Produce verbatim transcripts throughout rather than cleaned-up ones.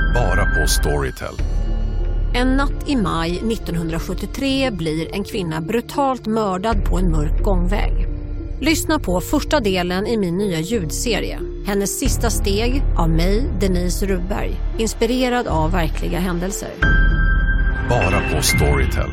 Bara på Storytel. En natt i maj nittonhundrasjuttiotre blir en kvinna brutalt mördad på en mörk gångväg. Lyssna på första delen i min nya ljudserie. Hennes sista steg av mig, Denise Rubberg. Inspirerad av verkliga händelser. Bara på Storytel.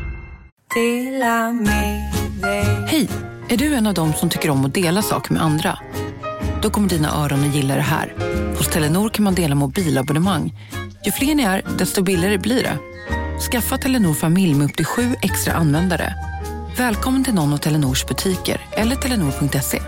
Hej, är du en av dem som tycker om att dela saker med andra? Då kommer dina öron att gilla det här. Hos Telenor kan man dela mobilabonnemang. Ju fler ni är, desto billigare blir det. Skaffa Telenor familj med upp till sju extra användare. Välkommen till någon av Telenors butiker eller telenor punkt se.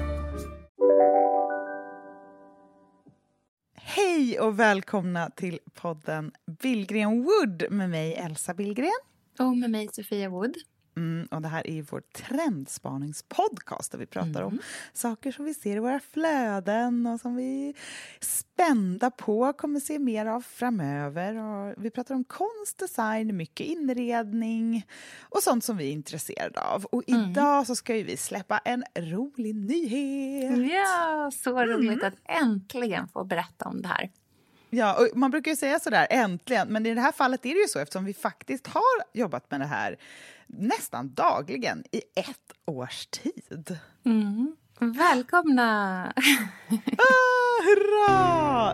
Hej och välkomna till podden Billgren Wood med mig Elsa Billgren. Och med mig Sofia Wood. Mm, och det här är ju vår trendspaningspodcast där vi pratar mm. om saker som vi ser i våra flöden och som vi är spända på, kommer se mer av framöver. Och vi pratar om konst, design, mycket inredning och sånt som vi är intresserade av. Och mm. idag så ska ju vi släppa en rolig nyhet. Ja, så roligt mm. att äntligen få berätta om det här. Ja, och man brukar ju säga sådär, äntligen. Men i det här fallet är det ju så eftersom vi faktiskt har jobbat med det här nästan dagligen i ett års tid. Mm. Välkomna! ah, hurra!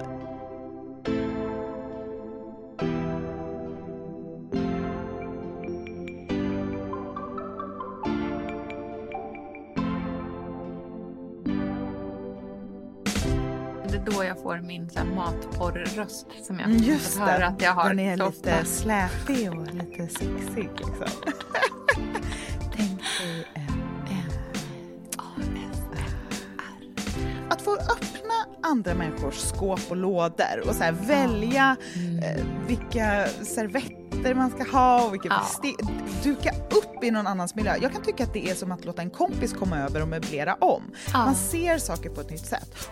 Det är då jag får min matporrröst som jag Just hör att jag har. Den är så lite ofta. släpig och lite sexig liksom. Tänk dig en, en att få öppna andra människors skåp och lådor och så här välja mm. eh, vilka servetter man ska ha och vilka ja. ste- duka upp i någon annans miljö. Jag kan tycka att det är som att låta en kompis komma över och möblera om. Ja. Man ser saker på ett nytt sätt.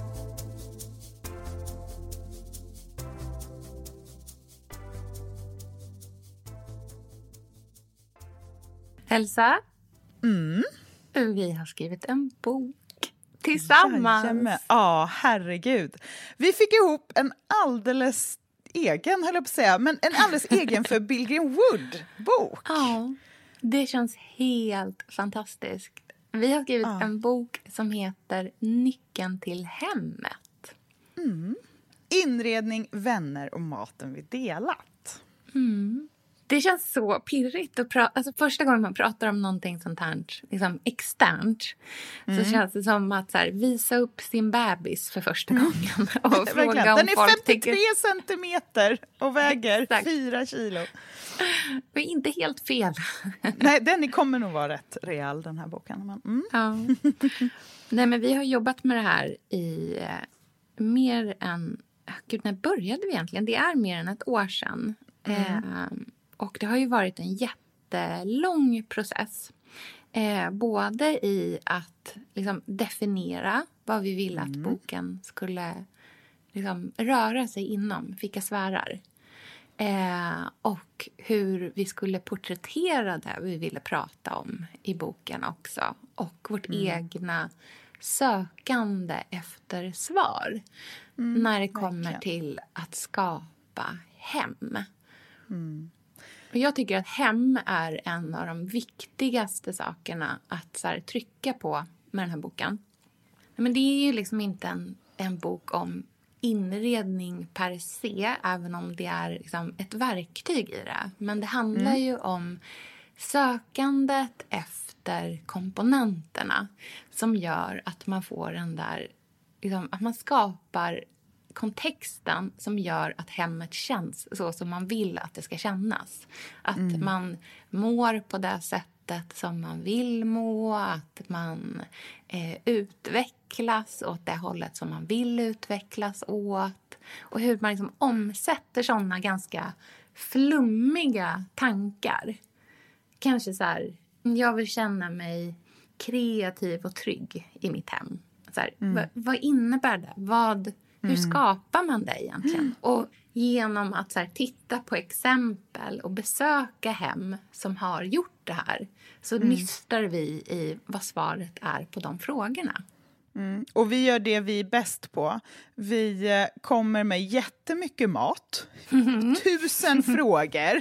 Elsa, Mm. vi har skrivit en bok tillsammans. Jajamän. Ja, herregud. Vi fick ihop en alldeles egen, höll jag på att säga, men en alldeles egen för Billgren Wood-bok. Ja, det känns helt fantastiskt. Vi har skrivit ja. en bok som heter Nyckeln till hemmet. Mm. Inredning, vänner och maten vi delat. Mm. Det känns så pirrigt att prata. Alltså första gången man pratar om någonting sånt här liksom externt mm. så känns det som att så här, visa upp sin bebis för första gången och fråga om den är folk femtiotre tycker... centimeter och väger fyra kilo. Det är inte helt fel. Nej, den kommer nog vara rätt rejäl, den här boken. Men, mm. ja. Nej, men vi har jobbat med det här i eh, mer än... Gud, när började vi egentligen? Det är mer än ett år sedan. Mm. Eh, och det har ju varit en jättelång process. Eh, både i att liksom, definiera vad vi ville att mm. boken skulle liksom, röra sig inom, vilka sfärer. Eh, och hur vi skulle porträttera det vi ville prata om i boken också. Och vårt mm. egna sökande efter svar. Mm, när det kommer verkligen. Till att skapa hem. Mm. Och jag tycker att hem är en av de viktigaste sakerna att så här, trycka på med den här boken. Men det är ju liksom inte en, en bok om inredning per se, även om det är liksom ett verktyg i det. Men det handlar mm. ju om sökandet efter komponenterna som gör att man får den där, liksom, att man skapar kontexten som gör att hemmet känns så som man vill att det ska kännas. Att mm. man mår på det sättet som man vill må, att man eh, utvecklas åt det hållet som man vill utvecklas åt. Och hur man liksom omsätter sådana ganska flummiga tankar. Kanske så här, jag vill känna mig kreativ och trygg i mitt hem. Så här, mm. vad, vad innebär det? Vad... Hur skapar man det egentligen? Mm. Och genom att så här, titta på exempel och besöka hem som har gjort det här så mm. nystar vi i vad svaret är på de frågorna. Mm. Och vi gör det vi är bäst på. Vi eh, kommer med jättemycket mat, mm. tusen frågor,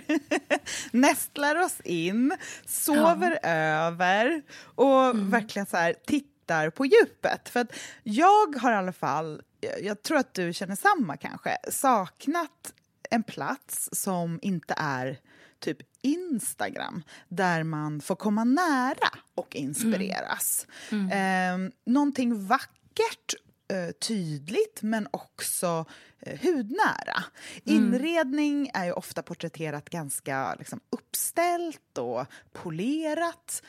nästlar oss in, sover ja. över och mm. verkligen så här tittar på djupet. För att jag har i alla fall, jag tror att du känner samma kanske, saknat en plats som inte är typ Instagram, där man får komma nära och inspireras. Mm. Mm. Eh, någonting vackert, eh, tydligt, men också eh, hudnära. Mm. Inredning är ju ofta porträtterat ganska liksom, uppställt och polerat,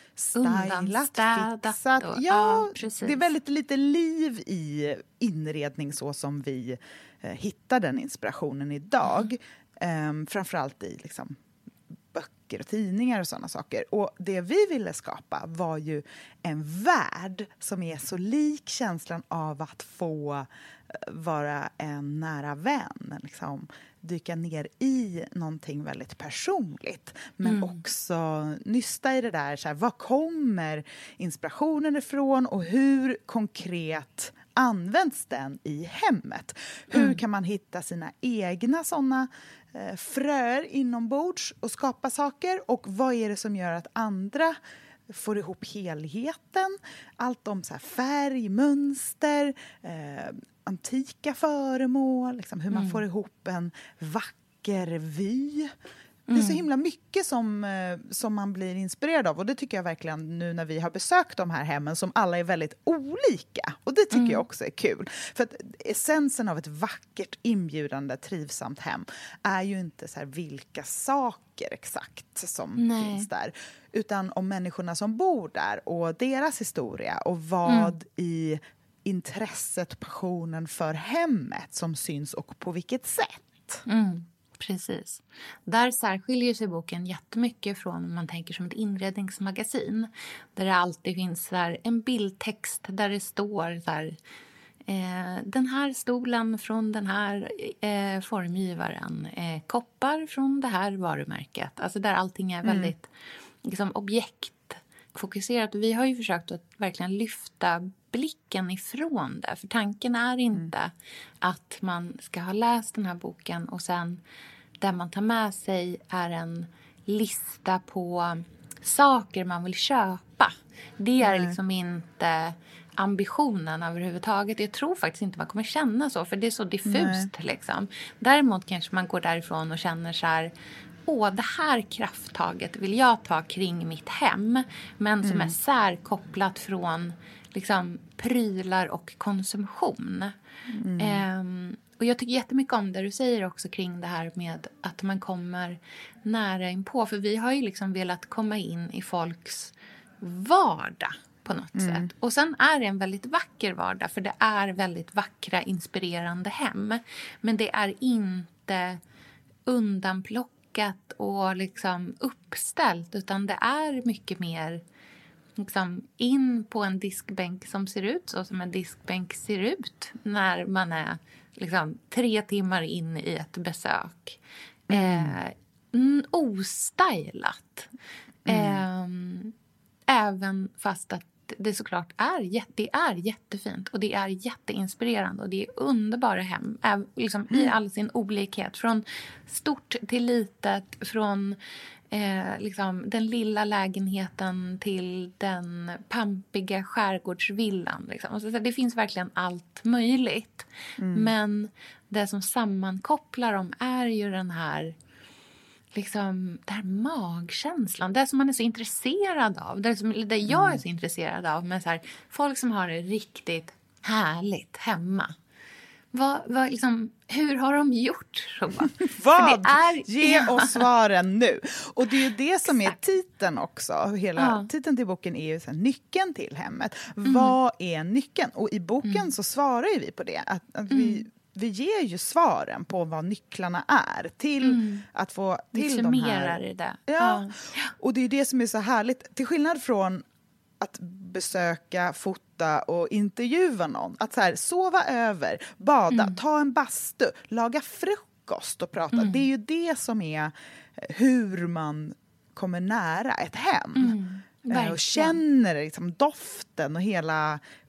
stylat, fixat. Och, ja, ja det är väldigt lite liv i inredning så som vi eh, hittar den inspirationen idag. Mm. Eh, framförallt i liksom, böcker och tidningar och sådana saker. Och det vi ville skapa var ju en värld som är så lik känslan av att få vara en nära vän. Liksom, dyka ner i någonting väldigt personligt. Men mm. också nysta i det där, så här, var kommer inspirationen ifrån och hur konkret används den i hemmet? Hur mm. kan man hitta sina egna sådana eh, fröer inombords och skapa saker? Och vad är det som gör att andra får ihop helheten? Allt om så här, färg, mönster, eh, antika föremål, liksom, hur man mm. får ihop en vacker vy. Det är så himla mycket som, som man blir inspirerad av. Och det tycker jag verkligen nu när vi har besökt de här hemmen som alla är väldigt olika. Och det tycker mm. jag också är kul. För att essensen av ett vackert, inbjudande, trivsamt hem är ju inte så här vilka saker exakt som Nej. finns där. Utan om människorna som bor där och deras historia och vad mm. i intresset, passionen för hemmet som syns och på vilket sätt. Mm. Precis. Där särskiljer sig boken jättemycket från om man tänker som ett inredningsmagasin. Där det alltid finns där en bildtext där det står så här, eh, den här stolen från den här eh, formgivaren. Eh, koppar från det här varumärket. Alltså där allting är väldigt mm. liksom, objektfokuserat. Vi har ju försökt att verkligen lyfta blicken ifrån det. För tanken är inte mm. att man ska ha läst den här boken och sen där man tar med sig är en lista på saker man vill köpa. Det är mm. liksom inte ambitionen överhuvudtaget. Jag tror faktiskt inte man kommer känna så, för det är så diffust. Liksom. Däremot kanske man går därifrån och känner så här, åh, det här krafttaget vill jag ta kring mitt hem, men som mm. är särkopplat från liksom, prylar och konsumtion. Mm. Um, och jag tycker jättemycket om det du säger också kring det här med att man kommer nära inpå. För vi har ju liksom velat komma in i folks vardag på något mm. sätt. Och sen är det en väldigt vacker vardag, för det är väldigt vackra, inspirerande hem. Men det är inte undanplockat och liksom uppställt, utan det är mycket mer liksom in på en diskbänk som ser ut så som en diskbänk ser ut när man är liksom tre timmar in i ett besök. Mm. Eh, ostylat. Mm. Eh, även fast att det såklart är, det är jättefint och det är jätteinspirerande och det är underbara hem. Även, liksom, mm. i all sin olikhet. Från stort till litet, från Eh, liksom, den lilla lägenheten till den pampiga skärgårdsvillan. Liksom. Så det finns verkligen allt möjligt. Mm. Men det som sammankopplar dem är ju den här, liksom, den här magkänslan. Det som man är så intresserad av. Det som det jag är så intresserad av. Med så här, folk som har det riktigt härligt hemma. Vad, vad, liksom, hur har de gjort? Vad? Det är, Ge ja. oss svaren nu. Och det är ju det som är titeln också. Hela ja. titeln till boken är ju så här, nyckeln till hemmet. Mm. Vad är nyckeln? Och i boken mm. så svarar ju vi på det. Att, att mm. vi, vi ger ju svaren på vad nycklarna är. Till mm. att få till de här... det där. Ja. ja. Och det är det som är så härligt. Till skillnad från att besöka, fota och intervjua någon. Att så här, sova över, bada, mm. ta en bastu, laga frukost och prata. Mm. Det är ju det som är hur man kommer nära ett hem. Mm. Och känner liksom doften och hela upplevelsen.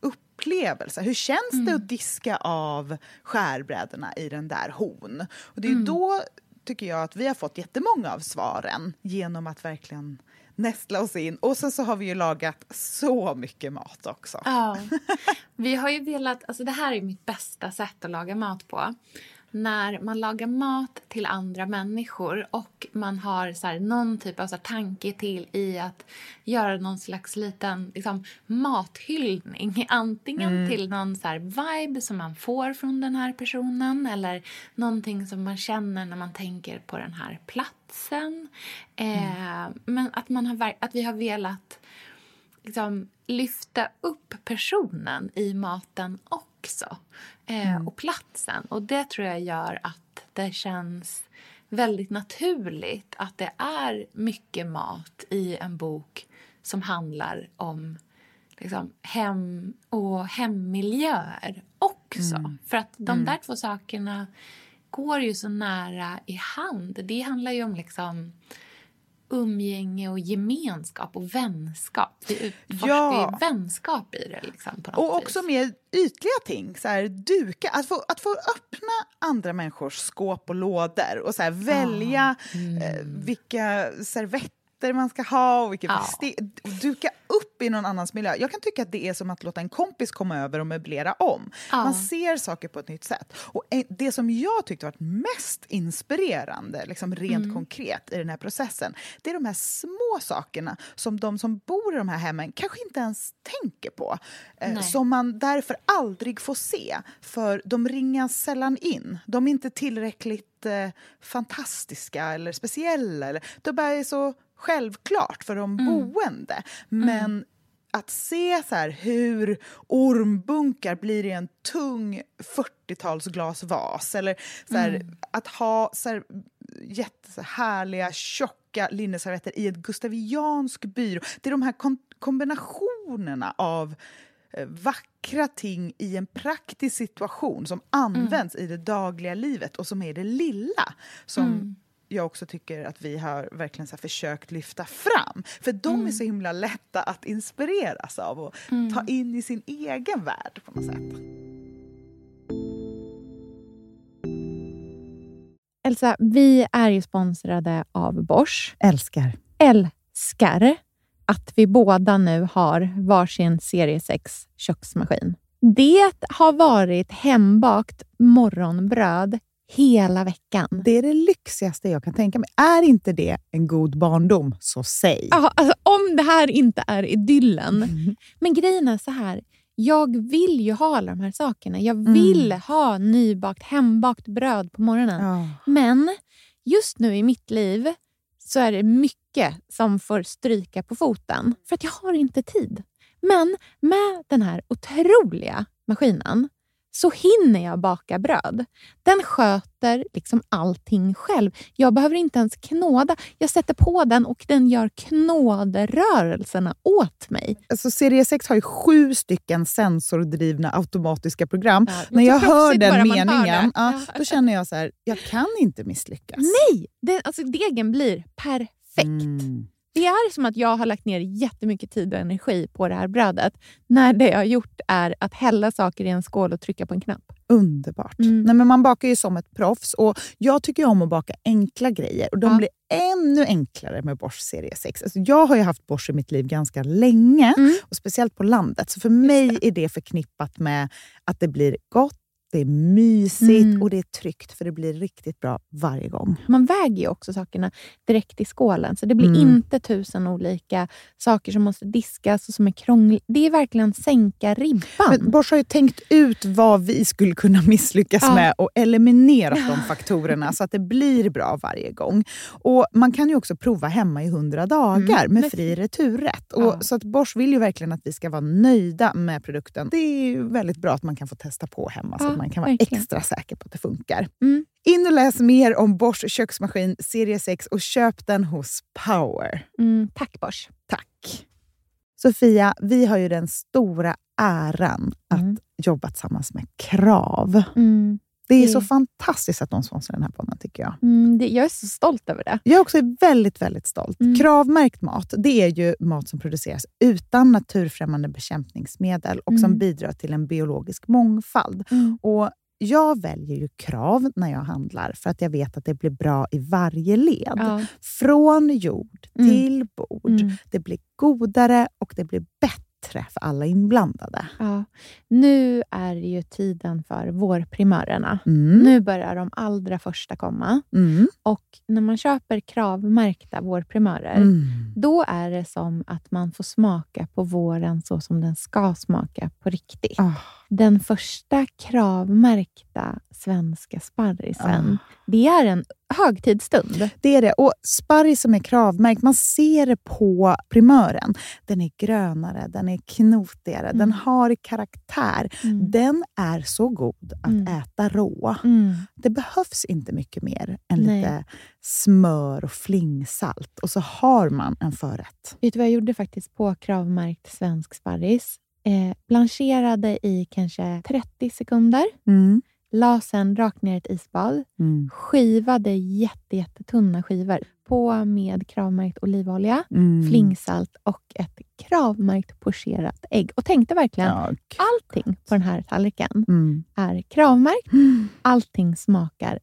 upplevelse. Hur känns Mm. det att diska av skärbrädorna i den där hon? Och det är Mm. då tycker jag att vi har fått jättemånga av svaren genom att verkligen nästla oss in. Och sen så har vi ju lagat så mycket mat också. Ja, vi har ju velat, alltså det här är mitt bästa sätt att laga mat på. När man lagar mat till andra människor och man har så här, någon typ av så här, tanke till i att göra någon slags liten liksom, mathyllning. Antingen mm. till någon så här, vibe som man får från den här personen eller någonting som man känner när man tänker på den här platsen. Eh, mm. Men att, man har, att vi har velat liksom, lyfta upp personen i maten också. Eh, mm. Och platsen. Och det tror jag gör att det känns väldigt naturligt att det är mycket mat i en bok som handlar om liksom, hem och hemmiljöer också. Mm. För att de mm. där två sakerna går ju så nära i hand. Det handlar ju om liksom umgänge och gemenskap och vänskap. Vi utforskar ja. ju vänskap i det. Liksom, på något och också vis. med ytliga ting. Så här, duka. Att få, att få öppna andra människors skåp och lådor. Och så här, välja ah. mm. eh, vilka servetter man ska ha. Och vilka ah. sti- duka upp i någon annans miljö. Jag kan tycka att det är som att låta en kompis komma över och möblera om. Ah. Man ser saker på ett nytt sätt. Och det som jag tyckte var mest inspirerande, liksom rent mm. konkret i den här processen, det är de här små sakerna som de som bor i de här hemmen kanske inte ens tänker på. Eh, som man därför aldrig får se. För de ringas sällan in. De är inte tillräckligt eh, fantastiska eller speciella. Eller, de bara är så självklart för de mm. boende. Men mm. att se så här hur ormbunkar blir i en tung fyrtiotalsglasvas. Eller så här, mm. att ha så här, jättehärliga, tjocka linneservetter i ett gustaviansk byrå. Det är de här kon- kombinationerna av eh, vackra ting i en praktisk situation som används mm. i det dagliga livet och som är det lilla som mm. jag också tycker att vi har verkligen så här försökt lyfta fram. För de mm. är så himla lätta att inspireras av och mm. ta in i sin egen värld på något sätt. Elsa, vi är ju sponsrade av Bosch. Älskar. Älskar att vi båda nu har varsin serie sex köksmaskin. Det har varit hembakt morgonbröd hela veckan. Det är det lyxigaste jag kan tänka mig. Är inte det en god barndom, så säg. Ja, alltså, om det här inte är idyllen. Mm. Men grejen är så här. Jag vill ju ha alla de här sakerna. Jag vill mm. ha nybakt, hembakt bröd på morgonen. Ja. Men just nu i mitt liv så är det mycket som får stryka på foten. För att jag har inte tid. Men med den här otroliga maskinen så hinner jag baka bröd. Den sköter liksom allting själv. Jag behöver inte ens knåda. Jag sätter på den och den gör knåderörelserna åt mig. Alltså serie sex har ju sju stycken sensordrivna automatiska program. Ja, när jag hör den meningen, ja, då känner jag så här, jag kan inte misslyckas. Nej, det, alltså degen blir perfekt. Mm. Det är som att jag har lagt ner jättemycket tid och energi på det här brödet. När det jag har gjort är att hälla saker i en skål och trycka på en knapp. Underbart. Mm. Nej, men man bakar ju som ett proffs. Och jag tycker om att baka enkla grejer. Och de ja. blir ännu enklare med Bosch serie sex. Alltså jag har ju haft Bosch i mitt liv ganska länge. Mm. Och speciellt på landet. Så för mig det. är det förknippat med att det blir gott. Det är mysigt mm. och det är tryggt för det blir riktigt bra varje gång. Man väger ju också sakerna direkt i skålen. Så det blir mm. inte tusen olika saker som måste diskas och som är krångligt. Det är verkligen sänka ribban. Men Bosch har ju tänkt ut vad vi skulle kunna misslyckas ja. med och eliminera de faktorerna så att det blir bra varje gång. Och man kan ju också prova hemma i hundra dagar mm. med fri returrätt. Och ja. Så att Bosch vill ju verkligen att vi ska vara nöjda med produkten. Det är ju väldigt bra att man kan få testa på hemma så ja. att man kan vara Verkligen. extra säker på att det funkar. Mm. In och läs mer om Bosch köksmaskin serie sex och köp den hos Power. Mm, tack Bosch. Tack. Sofia, vi har ju den stora äran att mm. jobba tillsammans med Krav. Mm. Det är det... så fantastiskt att de sponsrar den här podden, tycker jag. Mm, det, jag är så stolt över det. Jag är också väldigt, väldigt stolt. Mm. Kravmärkt mat, det är ju mat som produceras utan naturfrämmande bekämpningsmedel och mm. som bidrar till en biologisk mångfald. Mm. Och jag väljer ju Krav när jag handlar för att jag vet att det blir bra i varje led. Ja. Från jord mm. till bord. Mm. Det blir godare och det blir bättre för alla inblandade. Ja. Nu är det ju tiden för vårprimörerna. Mm. Nu börjar de allra första komma. Mm. Och när man köper kravmärkta vårprimörer, mm. då är det som att man får smaka på våren så som den ska smaka på riktigt. Oh. Den första kravmärkta svenska sparrisen, oh. det är en högtidsstund. Det är det. Och sparris som är kravmärkt, man ser det på primören. Den är grönare, den är knotigare, mm. den har karaktär. Mm. Den är så god att mm. äta rå. Mm. Det behövs inte mycket mer än Nej. lite smör och flingsalt. Och så har man en förrätt. Vet du vad jag gjorde faktiskt på kravmärkt svensk sparris? Eh, blancherade i kanske trettio sekunder. Mm. La sen rakt ner ett isbad. Mm. Skivade jätte, jättetunna skivor. På med kravmärkt olivolja, mm. flingsalt och ett kravmärkt pocherat ägg. Och tänkte verkligen, ja, allting på den här tallriken mm. är kravmärkt. Mm. Allting smakar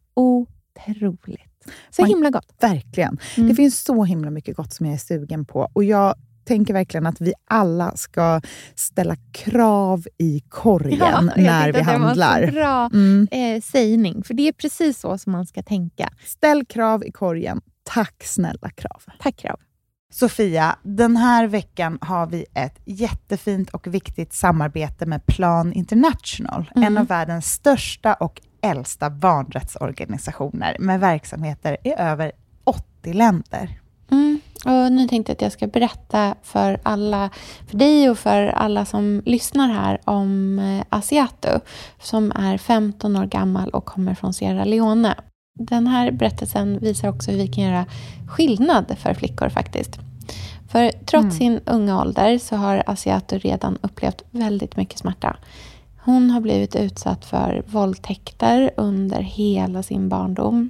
otroligt. Så Man, himla gott. Verkligen. Mm. Det finns så himla mycket gott som jag är sugen på. Och jag tänker verkligen att vi alla ska ställa krav i korgen ja, när vi handlar. Det var så bra mm. eh, sägning. För det är precis så som man ska tänka. Ställ krav i korgen. Tack snälla Krav. Tack Krav. Sofia, den här veckan har vi ett jättefint och viktigt samarbete med Plan International. Mm. En av världens största och äldsta barnrättsorganisationer med verksamheter i över åttio länder. Mm. Och nu tänkte jag att jag ska berätta för alla, för dig och för alla som lyssnar här om Asiato, som är femton år gammal och kommer från Sierra Leone. Den här berättelsen visar också hur vi kan göra skillnad för flickor faktiskt. För trots mm. sin unga ålder så har Asiato redan upplevt väldigt mycket smärta. Hon har blivit utsatt för våldtäkter under hela sin barndom.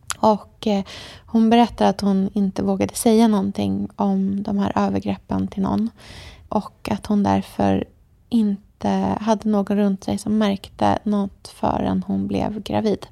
Och eh, hon berättar att hon inte vågade säga någonting om de här övergreppen till någon. Och att hon därför inte hade någon runt sig som märkte något förrän hon blev gravid.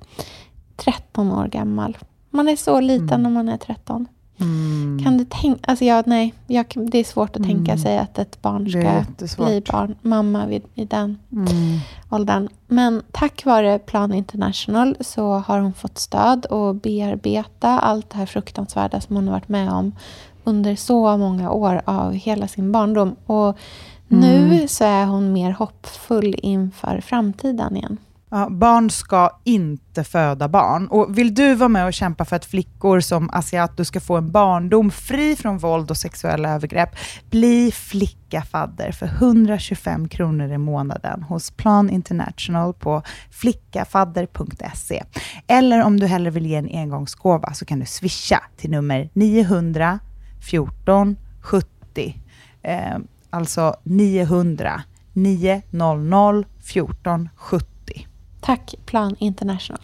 tretton år gammal. Man är så liten mm. när man är tretton. Mm. Kan du tänka, alltså jag, nej, jag, det är svårt att tänka mm. sig att ett barn ska bli barn, mamma vid, i den mm. åldern. Men tack vare Plan International så har hon fått stöd och bearbeta allt det här fruktansvärda som hon har varit med om under så många år av hela sin barndom. Och mm. nu så är hon mer hoppfull inför framtiden igen. Ja, barn ska inte föda barn. Och vill du vara med och kämpa för att flickor som Asiato ska få en barndom fri från våld och sexuella övergrepp, bli flickafadder för hundratjugofem kronor i månaden hos Plan International på flickafadder punkt se. Eller om du hellre vill ge en engångsgåva så kan du swisha till nummer niohundra fjorton sjuttio. Eh, alltså niohundra niohundra fjorton sjuttio. Tack Plan International.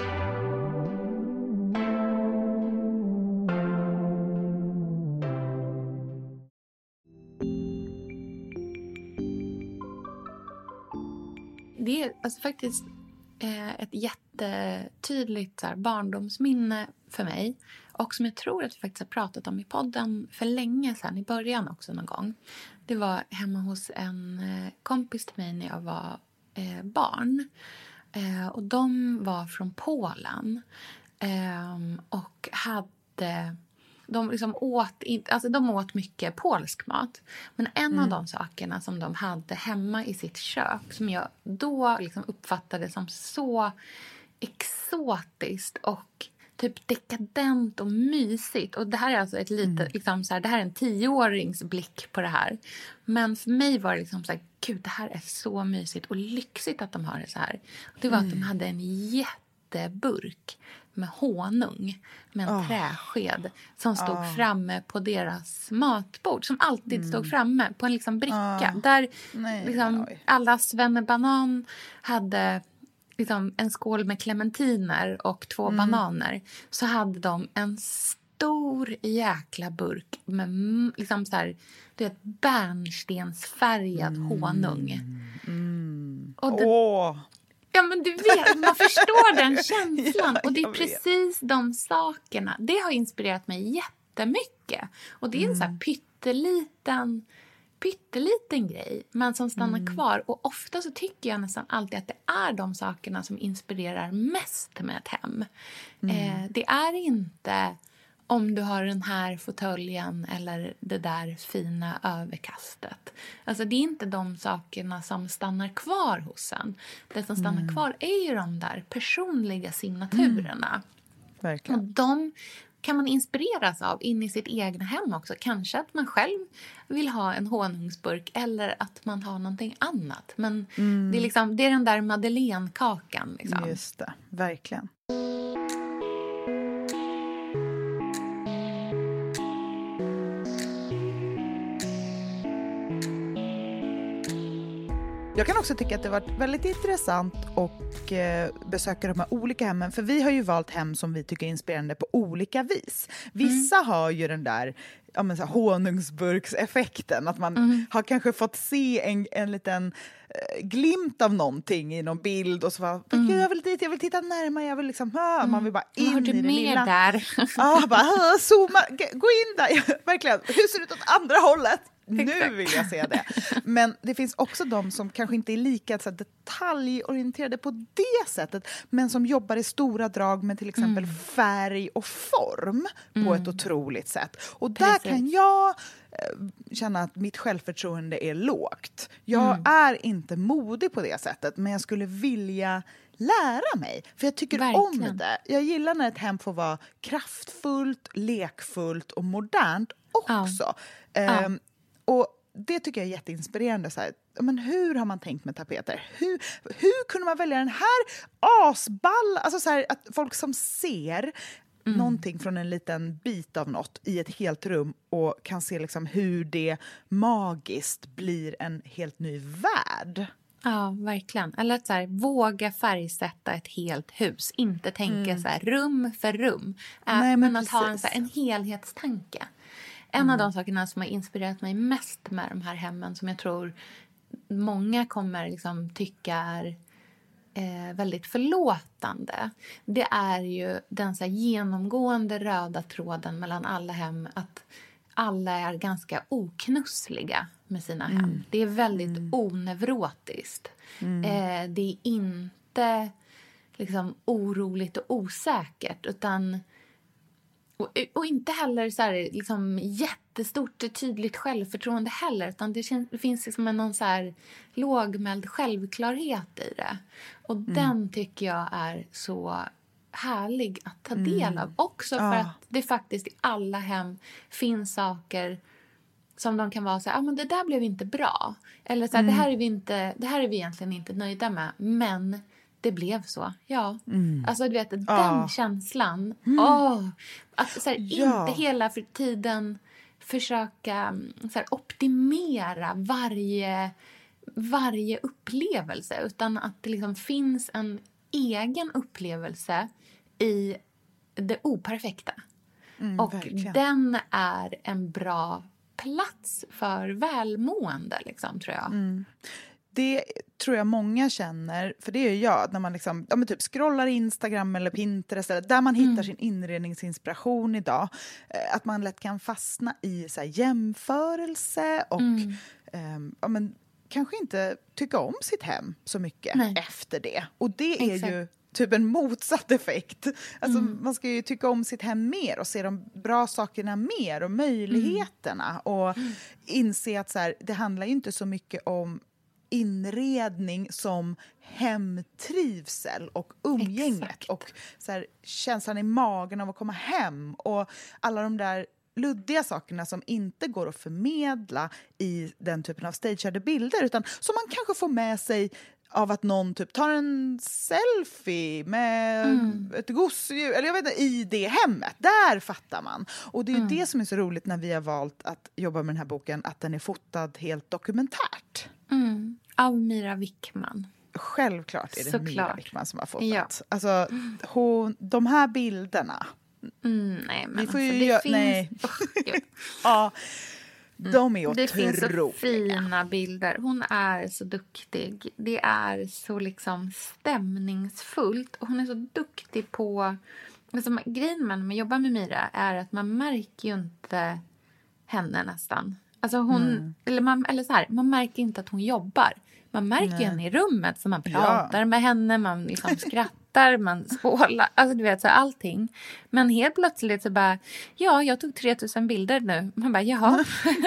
Det är alltså faktiskt eh, ett jättetydligt så här, barndomsminne för mig. Och som jag tror att vi faktiskt har pratat om i podden för länge sedan, i början också någon gång. Det var hemma hos en eh, kompis till mig när jag var eh, barn. Eh, och de var från Polen eh, och hade de liksom åt alltså de åt mycket polsk mat, men en mm. av de sakerna som de hade hemma i sitt kök som jag då liksom uppfattade som så exotiskt och typ dekadent och mysigt, och det här är alltså ett litet mm. liksom så här, det här är en tioårings blick på det här, men för mig var det liksom så här, gud, det här är så mysigt och lyxigt att de har det så här. Det var mm. att de hade en jätteburk med honung med en oh. träsked som stod oh. framme på deras matbord, som alltid mm. stod framme på en liksom bricka oh. där Nej, liksom alla svennebanan hade liksom en skål med clementiner och två mm. bananer, så hade de en stor jäkla burk med liksom så här, du vet, bärnstensfärgad mm. honung. Mm. Och det, Åh! Ja, men du vet, man förstår den känslan. Ja, och det är vet. precis de sakerna. Det har inspirerat mig jättemycket. Och det är en mm. så här pytteliten, pytteliten grej, men som stannar mm. kvar. Och ofta så tycker jag nästan alltid att det är de sakerna som inspirerar mest med ett hem. Mm. Eh, det är inte om du har den här fåtöljen eller det där fina överkastet. Alltså det är inte de sakerna som stannar kvar hos en. Det som stannar mm. kvar är ju de där personliga signaturerna. Mm. Verkligen. Och de kan man inspireras av in i sitt egna hem också. Kanske att man själv vill ha en honungsburk eller att man har någonting annat. Men mm. det, är liksom, det är den där madeleinekakan. Liksom. Just det, verkligen. Jag kan också tycka att det har varit väldigt intressant att eh, besöka de här olika hemmen. För vi har ju valt hem som vi tycker är inspirerande på olika vis. Vissa mm. har ju den där ja, men så här, honungsburkseffekten. Att man mm. har kanske fått se en, en liten eh, glimt av någonting i någon bild. Och så var mm. jag vill dit, jag vill titta närmare. Jag vill liksom, ah, mm. Man vill bara in har du i det med lilla. Där? Ja, bara zooma, gå in där. Verkligen, hur ser det ut åt andra hållet? Nu vill jag se det. Men det finns också de som kanske inte är lika så här, detaljorienterade på det sättet, men som jobbar i stora drag med till exempel mm. färg och form mm. på ett otroligt sätt. Och Precis. Där kan jag eh, känna att mitt självförtroende är lågt. Jag mm. är inte modig på det sättet, men jag skulle vilja lära mig. För jag tycker Verkligen. om det. Jag gillar när ett hem får vara kraftfullt, lekfullt och modernt också. Ja. Eh, ja. Och det tycker jag är jätteinspirerande. Så här, men hur har man tänkt med tapeter? Hur, hur kunde man välja den här asball? Alltså så här, att folk som ser mm. någonting från en liten bit av något i ett helt rum och kan se liksom hur det magiskt blir en helt ny värld. Ja, verkligen. Eller att så här, våga färgsätta ett helt hus. Inte tänka mm. så här, rum för rum. Äh, Nej, men, men att ha en, så här, en helhetstanke. En mm. av de sakerna som har inspirerat mig mest med de här hemmen, som jag tror många kommer liksom tycka är eh, väldigt förlåtande, det är ju den så här genomgående röda tråden mellan alla hem, att alla är ganska oknussliga med sina hem. Mm. Det är väldigt mm. onevrotiskt. Mm. Eh, det är inte liksom oroligt och osäkert, utan Och, och inte heller så här, liksom, jättestort tydligt självförtroende heller. Utan det, känns, det finns liksom en någon så här lågmäld självklarhet i det. Och mm. den tycker jag är så härlig att ta del av. Mm. Också för ja. att det faktiskt i alla hem finns saker som de kan vara så här, ah, men det där blev inte bra. Eller så här, mm. det, här är vi inte, det här är vi egentligen inte nöjda med. Men det blev så, ja. Mm. Alltså du vet, den ah. känslan. Mm. Oh, att så här, ja. inte hela för tiden försöka så här, optimera varje, varje upplevelse. Utan att det liksom finns en egen upplevelse i det operfekta. Mm, och verkligen. Den är en bra plats för välmående, liksom, tror jag. Mm. Det tror jag många känner, för det är ju jag, när man liksom, ja, men typ scrollar Instagram eller Pinterest, eller där man hittar mm. sin inredningsinspiration idag, eh, att man lätt kan fastna i så här, jämförelse och mm. eh, ja, men, kanske inte tycka om sitt hem så mycket Nej. efter det. Och det är Exakt. ju typ en motsatt effekt. Alltså, mm. man ska ju tycka om sitt hem mer och se de bra sakerna mer och möjligheterna mm. och mm. inse att så här, det handlar ju inte så mycket om inredning som hemtrivsel och umgänget. Exakt. Och så här, känslan i magen av att komma hem och alla de där luddiga sakerna som inte går att förmedla i den typen av stageade bilder, utan som man kanske får med sig av att någon typ tar en selfie med mm. ett gosedjur eller jag vet inte, i det hemmet. Där fattar man. Och det är ju mm. det som är så roligt när vi har valt att jobba med den här boken, att den är fotad helt dokumentärt. Mm. Av Mira Wickman. självklart är det Såklart. Mira Wickman som har fotat. Ja. Alltså, hon, de här bilderna. Mm, nej, men Vi får alltså, ju det gö- finns... nej. Oh, Ja, de är det finns så otroliga. fina bilder. Hon är så duktig. Det är så liksom stämningsfullt. Och hon är så duktig på... Alltså, grejen med när man jobbar med Mira är att man märker ju inte henne nästan. Alltså hon, mm. eller, man, eller så här, man märker inte att hon jobbar. Man märker ju henne i rummet. Så man pratar ja. med henne, man liksom skrattar, man skålar. Alltså du vet, så allting. Men helt plötsligt så bara, ja, jag tog tre tusen bilder nu. Man bara, jaha.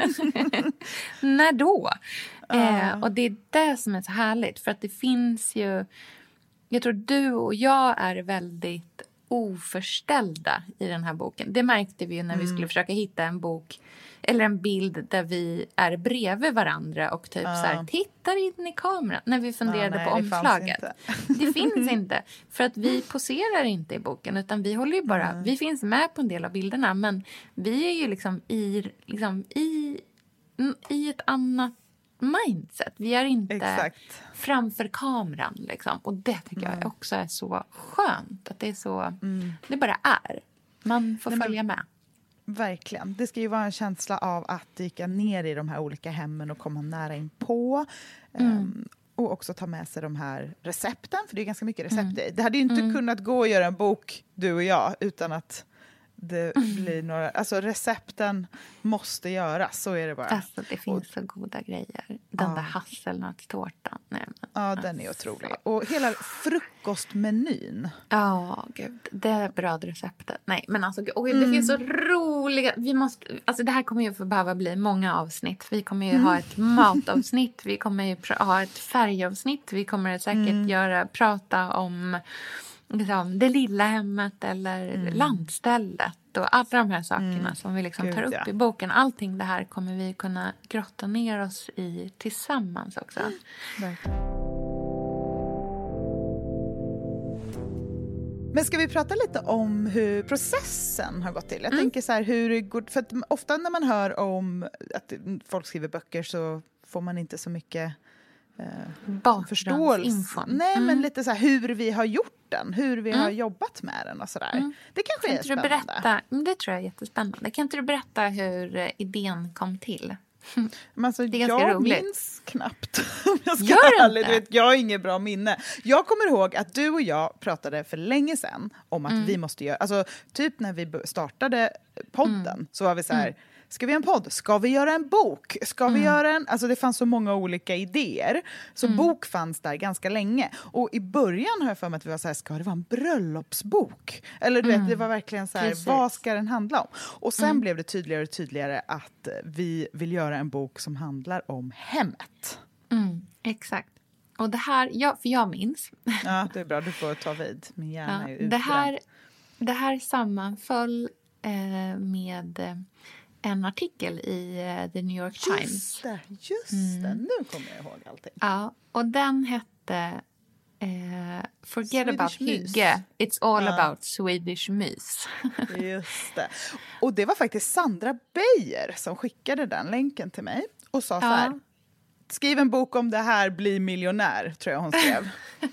När då? Uh. Eh, och det är det som är så härligt. För att det finns ju, jag tror du och jag är väldigt oförställda i den här boken. Det märkte vi ju när vi skulle försöka hitta en bok eller en bild där vi är bredvid varandra och typ uh. så här, tittar in i kameran när vi funderade uh, nej, på omslaget. Det, det finns inte. För att vi poserar inte i boken utan vi håller ju bara, uh. vi finns med på en del av bilderna men vi är ju liksom i, liksom i, i ett annat mindset. Vi är inte Exakt. framför kameran liksom. Och det tycker mm. jag också är så skönt. Att det är så, mm. det bara är. Man får Nej, följa med. Verkligen. Det ska ju vara en känsla av att dyka ner i de här olika hemmen och komma nära in på. Mm. Um, och också ta med sig de här recepten. För det är ganska mycket recept mm. Det hade ju inte mm. kunnat gå att göra en bok, du och jag, utan att det blir några... Alltså recepten måste göras, så är det bara. Alltså det finns och, så goda grejer. Den ja. där hasselnötstårtan. Nej, men, ja, alltså. Den är otrolig. Och hela frukostmenyn. Ja, oh, gud. Det är brödreceptet. Nej, men alltså och det mm. finns så roliga... Vi måste, alltså det här kommer ju för behöva bli många avsnitt. Vi kommer ju mm. ha ett matavsnitt. Vi kommer ju pr- ha ett färgavsnitt. Vi kommer säkert mm. göra, prata om... Liksom, det lilla hemmet eller mm. landstället och alla de här sakerna mm. som vi liksom tar upp Gud, ja. i boken. Allting det här kommer vi kunna grotta ner oss i tillsammans också. Mm. Men ska vi prata lite om hur processen har gått till? Jag mm. tänker så här, hur det går, för att ofta när man hör om att folk skriver böcker så får man inte så mycket eh, förståelse. Nej, mm. men lite så här hur vi har gjort den, hur vi mm. har jobbat med den och sådär. Mm. Det kanske kan är spännande. Du berätta, det tror jag är jättespännande. Kan inte du berätta hur idén kom till? Men alltså, det är jag ganska roligt. minns knappt. Jag, ska Gör ärligt, vet, jag har inget bra minne. Jag kommer ihåg att du och jag pratade för länge sedan om att mm. vi måste göra... Alltså, typ när vi startade podden mm. så var vi så här... Mm. Ska vi göra en podd? Ska vi göra en bok? Ska mm. vi göra en... Alltså det fanns så många olika idéer. Så mm. bok fanns där ganska länge. Och i början har jag för mig att vi var så här, ska det vara en bröllopsbok? Eller du mm. vet, det var verkligen så här, Precis. vad ska den handla om? Och sen mm. blev det tydligare och tydligare att vi vill göra en bok som handlar om hemmet. Mm. Exakt. Och det här, ja, för jag minns. Ja, det är bra. Du får ta vid. Min hjärna ja, är ute. Det här, det här sammanföll eh, med... Eh, en artikel i uh, The New York Times. Just det, just mm. det. Nu kommer jag ihåg allting. Ja, och den hette uh, Forget Swedish about mys. hygge. It's all ja. about Swedish mys. Just det. Och det var faktiskt Sandra Beijer som skickade den länken till mig och sa ja. så här: skriv en bok om det här, bli miljonär, tror jag hon skrev.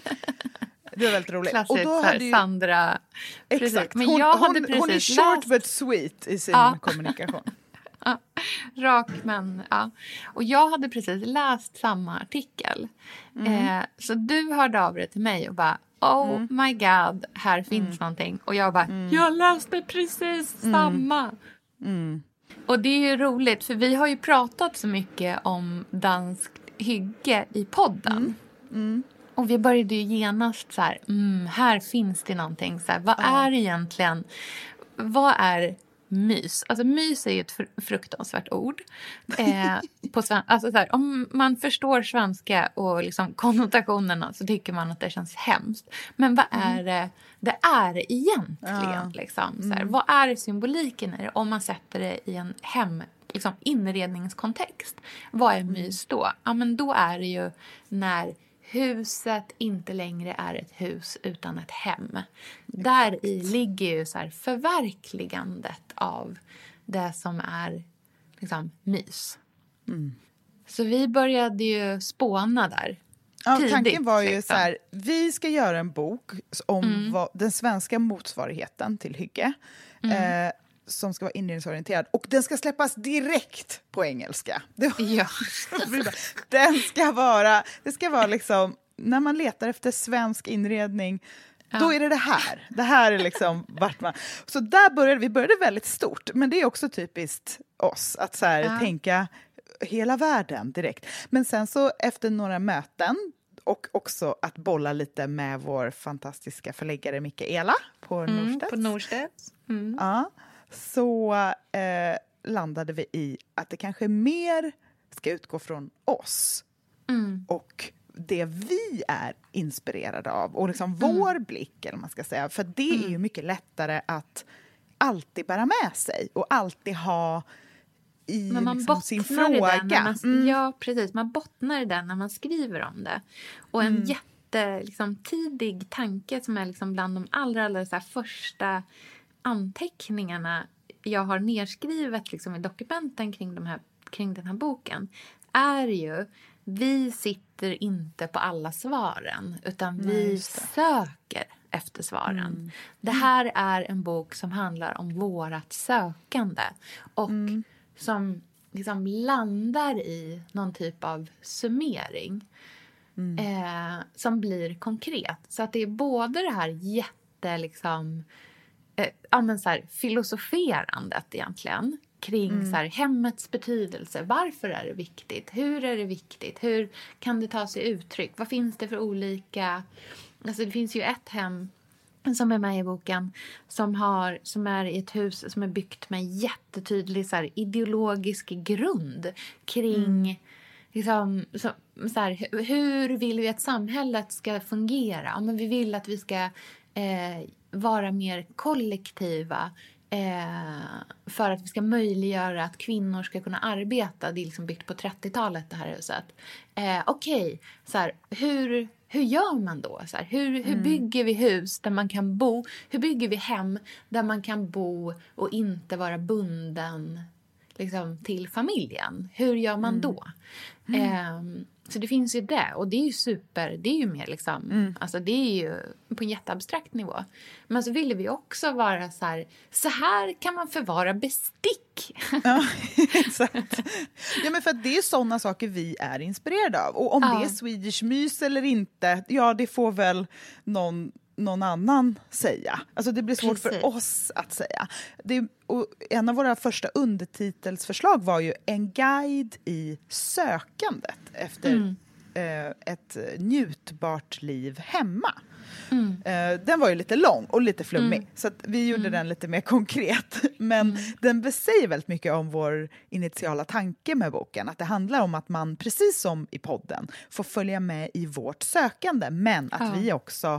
Det var väldigt roligt. Klassiskt, och då hade ju... Sandra. Exakt. Men hon, jag hade hon, hon är short läst... but sweet i sin ja. kommunikation. Ja, rak men ja. Och jag hade precis läst samma artikel. Mm. Eh, så du hörde av dig till mig och bara, oh mm. my god, här finns mm. någonting. Och jag bara, mm. jag läste precis mm. samma. Mm. Och det är ju roligt, för vi har ju pratat så mycket om danskt hygge i podden. Mm. Mm. Och vi började ju genast så här, mm, här finns det någonting. Så här, vad mm. är egentligen, vad är mys? Alltså mys är ju ett fruktansvärt ord. Eh, på sven- alltså, så här, om man förstår svenska och liksom konnotationerna så tycker man att det känns hemskt. Men vad är det det är egentligen? Ja. Liksom, så här, mm. vad är symboliken i det om man sätter det i en hem, liksom, inredningskontext? Vad är mys då? Ja, men då är det ju när huset inte längre är ett hus utan ett hem. Exakt. Där i ligger ju så här förverkligandet av det som är liksom mys. Mm. Så vi började ju spåna där. Ja, tidigt, tanken var ju liksom. så här, vi ska göra en bok om Mm. vad, den svenska motsvarigheten till Hygge. Mm. Eh, som ska vara inredningsorienterad. Och den ska släppas direkt på engelska. Det var, Ja. den ska vara, det ska vara liksom, när man letar efter svensk inredning, Ja. då är det det här. Det här är liksom vart man... Så där började vi började väldigt stort. Men det är också typiskt oss att så här, Ja. tänka hela världen direkt. Men sen så efter några möten och också att bolla lite med vår fantastiska förläggare Mikaela på Mm, Norstedts. på Norstedts. Mm. Ja, så eh, landade vi i att det kanske mer ska utgå från oss Mm. och det vi är inspirerade av och liksom vår blick, eller man ska säga. För det är ju mycket lättare att alltid bära med sig och alltid ha i Men man liksom sin bottnar i fråga. den när man, Mm. Ja, precis. Man bottnar i den när man skriver om det. Och en Mm. jätte, liksom, tidig tanke som är liksom bland de allra, allra så här, första anteckningarna jag har nedskrivet liksom, i dokumenten kring, de här, kring den här boken är ju vi sitter inte på alla svaren utan Nej, vi just det. söker efter svaren. Mm. Det här är en bok som handlar om vårat sökande och Mm. som liksom landar i någon typ av summering Mm. eh, som blir konkret. Så att det är både det här jätte liksom, eh, ja, men så här, filosoferandet egentligen kring Mm. så här, hemmets betydelse. Varför är det viktigt? Hur är det viktigt? Hur kan det ta sig uttryck? Vad finns det för olika... Alltså det finns ju ett hem som är med i boken som, har, som är i ett hus som är byggt med jättetydlig så här, ideologisk grund kring Mm. liksom, så, så här, hur vill vi att samhället ska fungera? Ja, men vi vill att vi ska eh, vara mer kollektiva eh, för att vi ska möjliggöra att kvinnor ska kunna arbeta. Det är liksom byggt på trettiotalet det här huset. Eh, Okej, okay, så här, hur... Hur gör man då? Så här, hur, hur Mm. bygger vi hus där man kan bo? Hur bygger vi hem där man kan bo och inte vara bunden liksom, till familjen? Hur gör man då? Mm. Så det finns ju det. Och det är ju super. Det är ju mer liksom. Mm. Alltså det är ju på en jätteabstrakt nivå. Men så ville vi också vara så här. Så här kan man förvara bestick. Ja, exakt. Ja, men för att det är sådana saker vi är inspirerade av. Och om Ja. det är Swedish mys eller inte, ja, det får väl någon, någon annan säga. Alltså det blir svårt Precis. för oss att säga. Det, och en av våra första undertitelsförslag var ju en guide i sökandet efter Mm. eh, ett njutbart liv hemma. Mm. Eh, den var ju lite lång och lite flummig, Mm. så att vi gjorde Mm. den lite mer konkret. Men Mm. den säger väldigt mycket om vår initiala tanke med boken. Att det handlar om att man, precis som i podden, får följa med i vårt sökande. Men att Ja. vi också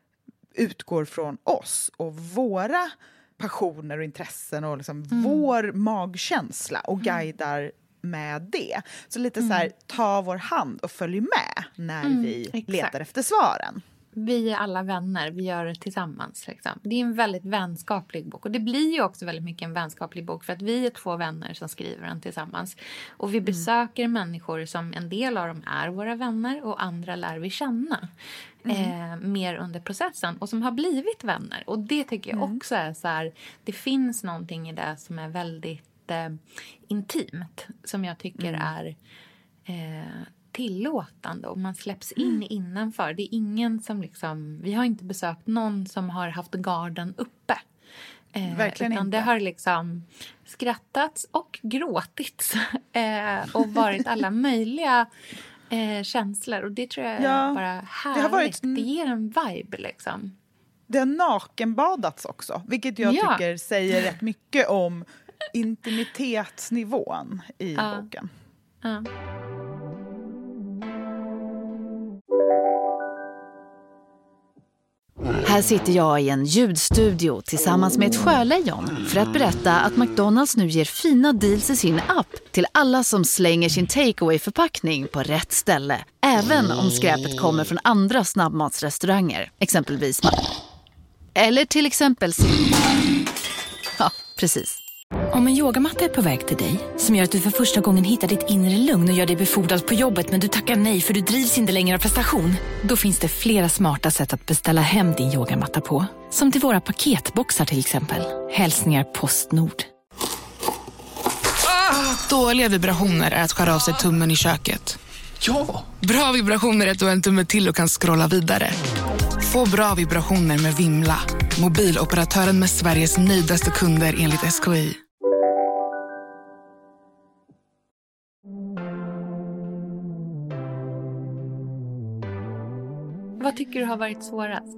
utgår från oss och våra passioner och intressen och liksom Mm. vår magkänsla och guidar med det. Så lite så här, ta vår hand och följ med när Mm, vi exakt. letar efter svaren. Vi är alla vänner, vi gör det tillsammans. Liksom. Det är en väldigt vänskaplig bok. Och det blir ju också väldigt mycket en vänskaplig bok för att vi är två vänner som skriver den tillsammans. Och vi besöker människor som en del av dem är våra vänner och andra lär vi känna eh, mer under processen. Och som har blivit vänner. Och det tycker jag också är så här, det finns någonting i det som är väldigt eh, intimt. Som jag tycker är... Eh, tillåtande och man släpps in innanför. Det är ingen som liksom... Vi har inte besökt någon som har haft garden uppe. Eh, Verkligen utan inte. Det har liksom skrattats och gråtits eh, och varit alla möjliga eh, känslor. Och det tror jag Ja, är bara härligt. det har varit- Det ger en vibe liksom. Det har nakenbadats också, vilket jag Ja. tycker säger rätt mycket om intimitetsnivån i Ja. boken. Ja. Här sitter jag i en ljudstudio tillsammans med ett sjölejon för att berätta att McDonalds nu ger fina deals i sin app till alla som slänger sin takeaway-förpackning på rätt ställe. Även om skräpet kommer från andra snabbmatsrestauranger, exempelvis Ma- Eller till exempel... Ja, precis. Om en yogamatta är på väg till dig, som gör att du för första gången hittar ditt inre lugn och gör dig befordrad på jobbet men du tackar nej för du drivs inte längre av prestation. Då finns det flera smarta sätt att beställa hem din yogamatta på. Som till våra paketboxar till exempel. Hälsningar Postnord. Ah, dåliga vibrationer är att skära av sig tummen i köket. Ja! Bra vibrationer är att du har en tumme till och kan scrolla vidare. Få bra vibrationer med Vimla. Mobiloperatören med Sveriges nöjdaste kunder enligt S K I. Vad tycker du har varit svårast?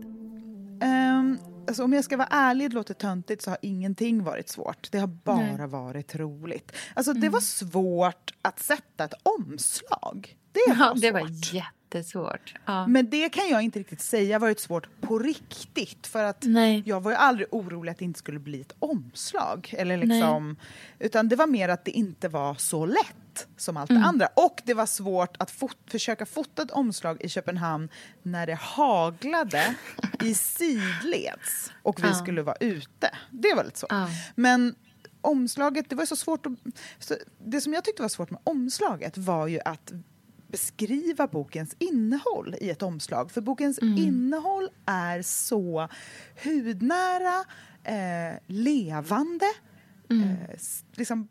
Um, alltså om jag ska vara ärlig, det låter töntigt, så har ingenting varit svårt. Det har bara Nej. varit roligt. Alltså mm. det var svårt att sätta ett omslag. Det var ja, det svårt. var jättesvårt. Ja. Men det kan jag inte riktigt säga varit svårt på riktigt. För att Nej. jag var ju aldrig orolig att det inte skulle bli ett omslag. Eller liksom, utan det var mer att det inte var så lätt som allt mm. det andra. Och det var svårt att fot- försöka fota ett omslag i Köpenhamn när det haglade i sidleds. Och vi ja. skulle vara ute. Det var lite svårt. Ja. Men omslaget, det var så svårt att, så det som jag tyckte var svårt med omslaget var ju att beskriva bokens innehåll i ett omslag. För bokens mm. innehåll är så hudnära, eh, levande, mm. eh, liksom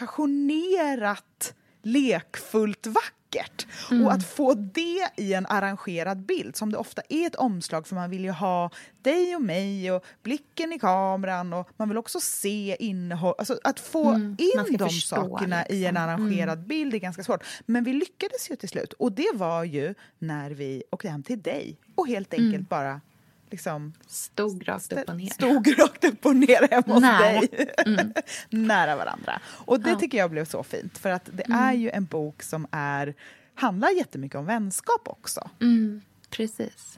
passionerat, lekfullt vackert. Mm. Och att få det i en arrangerad bild, som det ofta är ett omslag, för man vill ju ha dig och mig och blicken i kameran, och man vill också se innehåll. Alltså att få mm. in de förstå, sakerna liksom. i en arrangerad mm. bild är ganska svårt. Men vi lyckades ju till slut. Och det var ju när vi åkte hem till dig och helt enkelt mm. bara liksom stod rakt upp och ner. Stod rakt upp och ner hemma hos Nära. dig. Mm. Nära varandra. Och det ja. tycker jag blev så fint. För att det mm. är ju en bok som är, handlar jättemycket om vänskap också. Mm, precis.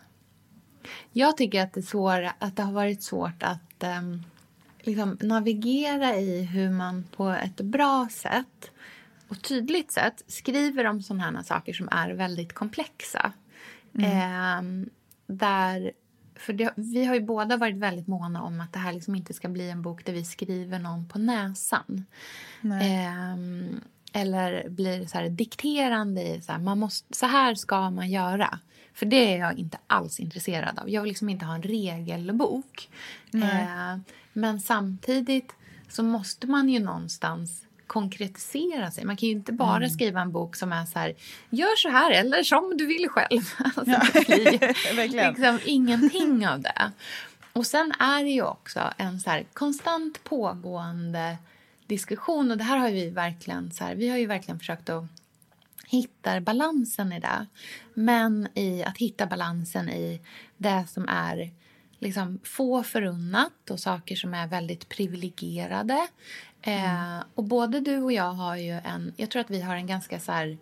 Jag tycker att det, är svåra, att det har varit svårt att um, liksom navigera i hur man på ett bra sätt och tydligt sätt skriver om sådana här saker som är väldigt komplexa. Mm. Eh, där, för det, vi har ju båda varit väldigt måna om att det här liksom inte ska bli en bok där vi skriver någon på näsan. Eh, eller blir så här dikterande i så här, man måste, så här ska man göra. För det är jag inte alls intresserad av. Jag vill liksom inte ha en regelbok. Eh, men samtidigt så måste man ju någonstans konkretisera sig. Man kan ju inte bara mm. skriva en bok som är så här, gör så här eller som du vill själv. Alltså, ja. det blir liksom ingenting av det. Och sen är det ju också en så här konstant pågående diskussion, och det här har vi verkligen så här, vi har ju verkligen försökt att hitta balansen i det. Men i att hitta balansen i det som är liksom få förunnat och saker som är väldigt privilegierade. Mm. Eh, och både du och jag har ju en, jag tror att vi har en ganska så här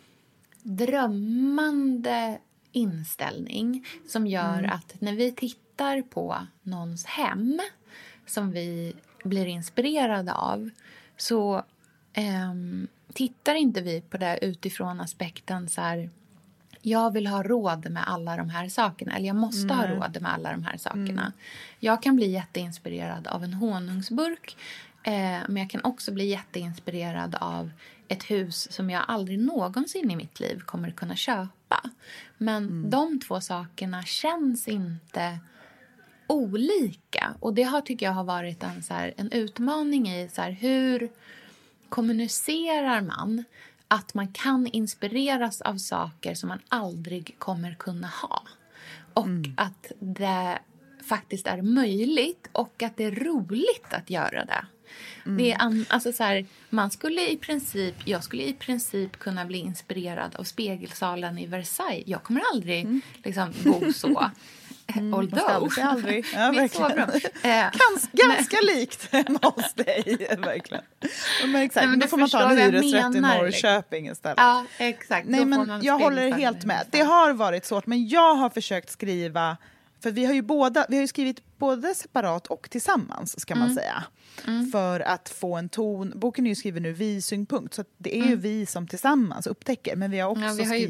drömmande inställning som gör mm. att när vi tittar på någons hem som vi blir inspirerade av, så eh, tittar inte vi på det utifrån aspekten så här, jag vill ha råd med alla de här sakerna, eller jag måste mm. ha råd med alla de här sakerna. Mm. Jag kan bli jätteinspirerad av en honungsburk, eh, men jag kan också bli jätteinspirerad av ett hus som jag aldrig någonsin i mitt liv kommer kunna köpa. Men mm. de två sakerna känns inte olika, och det har, tycker jag har varit en, så här, en utmaning i så här, hur kommunicerar man att man kan inspireras av saker som man aldrig kommer kunna ha. Och mm. att det faktiskt är möjligt och att det är roligt att göra det. Mm. Det är, alltså så här, man skulle i princip, jag skulle i princip kunna bli inspirerad av spegelsalen i Versailles. Jag kommer aldrig mm. liksom bo så. Mm, Although. Aldrig. Ja, verkligen. Eh, Gans, ganska likt hemma hos dig, verkligen. Men exakt, Nej, men då får man ta en hyresrätt i Norrköping istället. Ja, exakt. Nej, men jag håller helt med. Det har varit svårt, men jag har försökt skriva, för vi har ju båda, vi har ju skrivit både separat och tillsammans, ska man mm. säga. Mm. För att få en ton. Boken är ju skriven ur vi-synpunkt, så att det är mm. ju vi som tillsammans upptäcker. Men vi har också ja, vi har ju... skrivit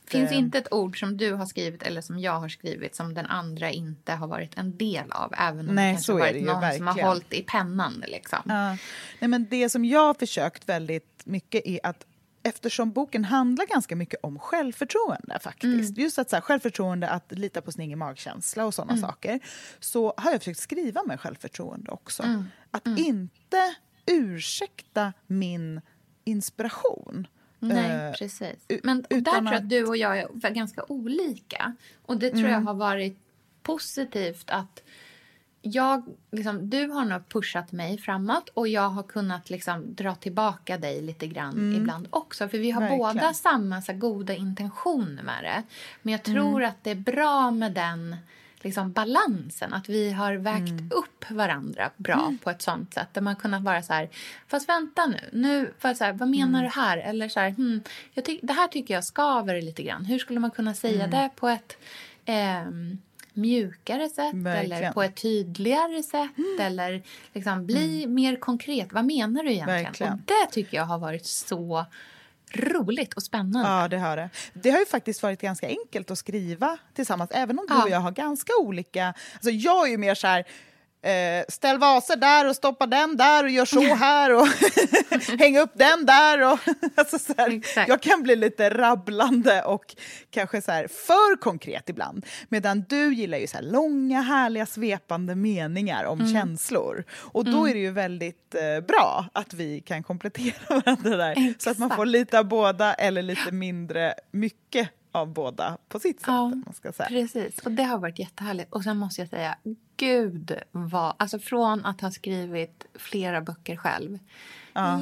Finns inte ett ord som du har skrivit eller som jag har skrivit som den andra inte har varit en del av, även om Nej, det kanske så är varit det ju, någon verkligen. som har hållit i pennan. Liksom. Ja. Nej, men det som jag har försökt väldigt mycket är att eftersom boken handlar ganska mycket om självförtroende faktiskt. Mm. Just att så här, självförtroende, att lita på sin egen magkänsla och sådana mm. saker. Så har jag försökt skriva med självförtroende också. Mm. Att mm. inte ursäkta min inspiration. Nej, precis. Men där tror jag att du och jag är ganska olika. Och det tror mm. jag har varit positivt att jag, liksom, du har nog pushat mig framåt och jag har kunnat liksom, dra tillbaka dig lite grann mm. ibland också. För vi har Verkligen. båda samma så, goda intentioner med det. Men jag tror mm. att det är bra med den liksom, balansen. Att vi har vägt mm. upp varandra bra mm. på ett sånt sätt. Där man kunnat vara så här, fast vänta nu. nu för så här, vad menar mm. du här? Eller så här, hmm, jag ty- det här tycker jag skaver lite grann. Hur skulle man kunna säga mm. det på ett... Ehm, mjukare sätt Verkligen. eller på ett tydligare sätt mm. eller liksom bli mm. mer konkret. Vad menar du egentligen? Verkligen. Och det tycker jag har varit så roligt och spännande. Ja, det har det. Det har ju faktiskt varit ganska enkelt att skriva tillsammans, även om du ja. och jag har ganska olika... Alltså jag är ju mer så här... Eh, ställ vaser där och stoppa den där och gör så här och häng upp den där. Och, alltså så här, jag kan bli lite rabblande och kanske så här för konkret ibland. Medan du gillar ju så här långa, härliga, svepande meningar om mm. känslor. Och då mm. är det ju väldigt eh, bra att vi kan komplettera varandra där. Exakt. Så att man får lite av båda eller lite mindre mycket av båda på sitt sätt. Ja, man ska säga. Precis. Och det har varit jättehärligt. Och sen måste jag säga, gud vad... Alltså från att ha skrivit flera böcker själv. Ja.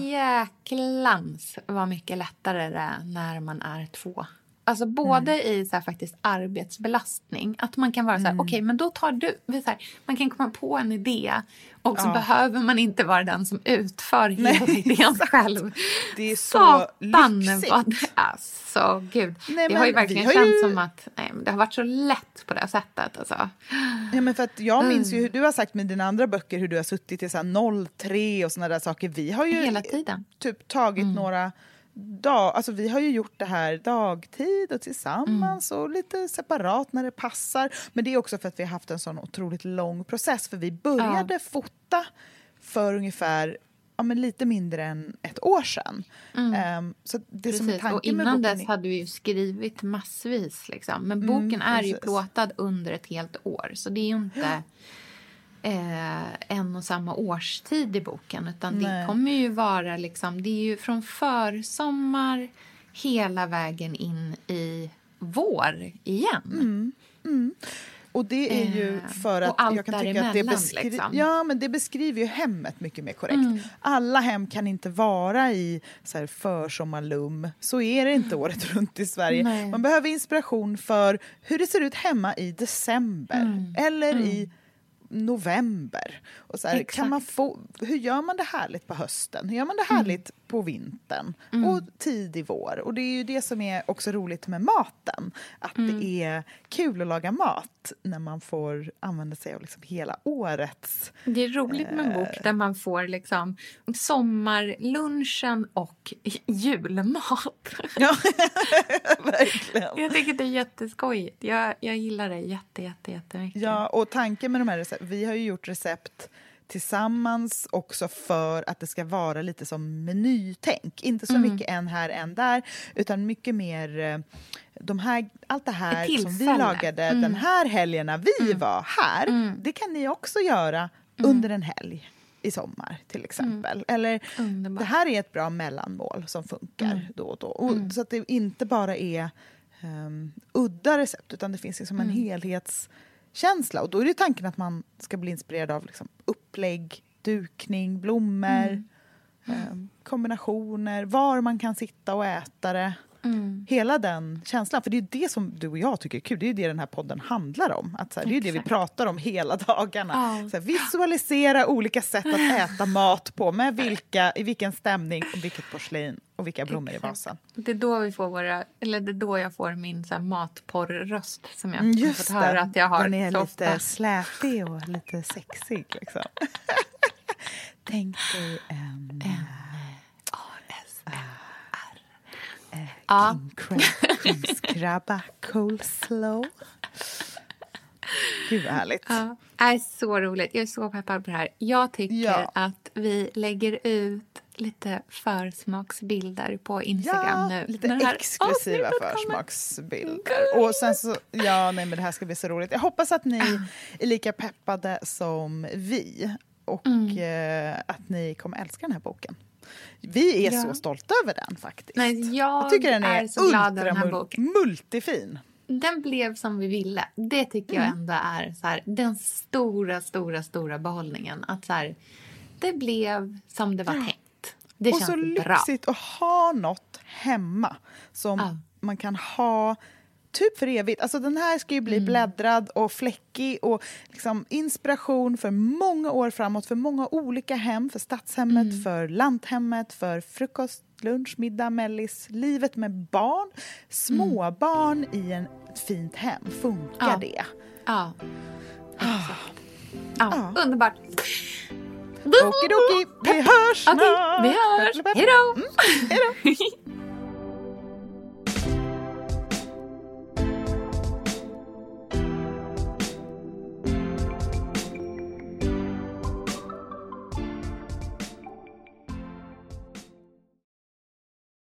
Jäklans vad mycket lättare det är när man är två. Alltså både mm. i så här, faktiskt arbetsbelastning. Att man kan vara så här, mm. okej okay, men då tar du... Så här, man kan komma på en idé. Och så ja. behöver man inte vara den som utför hela idén själv. Det är så lyxigt. Vad, alltså, gud. Nej, det har ju verkligen har känts ju... som att nej, det har varit så lätt på det sättet. Alltså. Ja, men för att jag minns mm. ju hur du har sagt med dina andra böcker, hur du har suttit i så här noll tre och såna där saker. Vi har ju hela tiden. Typ tagit mm. några... Dag, alltså vi har ju gjort det här dagtid och tillsammans mm. och lite separat när det passar. Men det är också för att vi har haft en sån otroligt lång process. För vi började ja. fota för ungefär ja, men lite mindre än ett år sedan. Mm. Um, så det precis. Som är tanken och innan med dess hade vi ju skrivit massvis. Liksom. Men boken mm, är ju plåtad under ett helt år. Så det är ju inte... Ja. Eh, en och samma årstid i boken utan Nej. det kommer ju vara liksom, det är ju från försommar hela vägen in i vår igen. Mm, mm. Och det är ju för att allt jag kan tycka att det, beskri- liksom. ja, men det beskriver ju hemmet mycket mer korrekt. Mm. Alla hem kan inte vara i så här försommarlum. Så är det inte året runt i Sverige. Nej. Man behöver inspiration för hur det ser ut hemma i december mm. eller mm. i november. Och så här, kan man få, hur gör man det härligt på hösten? Hur gör man det härligt mm. på vintern? Mm. Och tidig vår. Och det är ju det som är också roligt med maten. Att mm. det är kul att laga mat när man får använda sig av liksom hela årets... Det är roligt med en bok där man får liksom sommarlunchen och julmat. Ja, verkligen. Jag tycker det är jätteskojigt. Jag, jag gillar det jätte, jätte, jättemycket. Ja, och tanken med de här recepten, vi har ju gjort recept tillsammans också för att det ska vara lite som menytänk. Inte så mm. mycket en här, en där, utan mycket mer de här, allt det här som vi lagade mm. den här helgen när vi mm. var här. Mm. Det kan ni också göra mm. under en helg i sommar till exempel. Mm. Eller Underbar. Det här är ett bra mellanmål som funkar mm. då och då. Och, mm. så att det inte bara är um, udda recept utan det finns liksom en mm. helhets känsla. Och då är det tanken att man ska bli inspirerad av liksom upplägg, dukning, blommor, mm. eh, kombinationer, var man kan sitta och äta det. Mm. Hela den känslan. För det är det som du och jag tycker är kul. Det är det den här podden handlar om. Att så här, det är det vi pratar om hela dagarna. Oh. Så här, visualisera olika sätt att äta mat på. Med vilka, i vilken stämning och vilket porslin och vilka blommor Exakt. I vasen. Det är då vi får våra, eller det är då jag får min så här matporrröst som jag Just har fått höra att jag har. Den är lite släpig och lite sexig liksom. Tänk dig en... A S M R. King Crab. Skrabba coleslaw. Gud vad härligt. Ja, det är så roligt. Jag är så peppad på det här. Jag tycker ja. att vi lägger ut lite försmaksbilder på Instagram ja, nu. Lite exklusiva försmaksbilder. Och sen så, ja nej men det här ska bli så roligt. Jag hoppas att ni är lika peppade som vi. Och mm. eh, att ni kommer älska den här boken. Vi är ja. så stolta över den faktiskt. Nej, jag, jag tycker den är, är så glad över den här boken. Multifin. Den blev som vi ville. Det tycker jag ändå är så här, den stora, stora, stora behållningen. Att så här, det blev som det var tänkt. Det och känns så bra. Lyxigt att ha något hemma som ja. man kan ha typ för evigt. Alltså den här ska ju bli mm. bläddrad och fläckig och liksom inspiration för många år framåt. För många olika hem. För stadshemmet, mm. för lanthemmet, för frukost, lunch, middag, mellis. Livet med barn. Småbarn mm. i en, ett fint hem. Funkar ja. det? Ja. Ja. ja. ja. Underbart. Okidoki, vi hörs snart. Okay, vi hörs. Hej då. Mm. Hej då.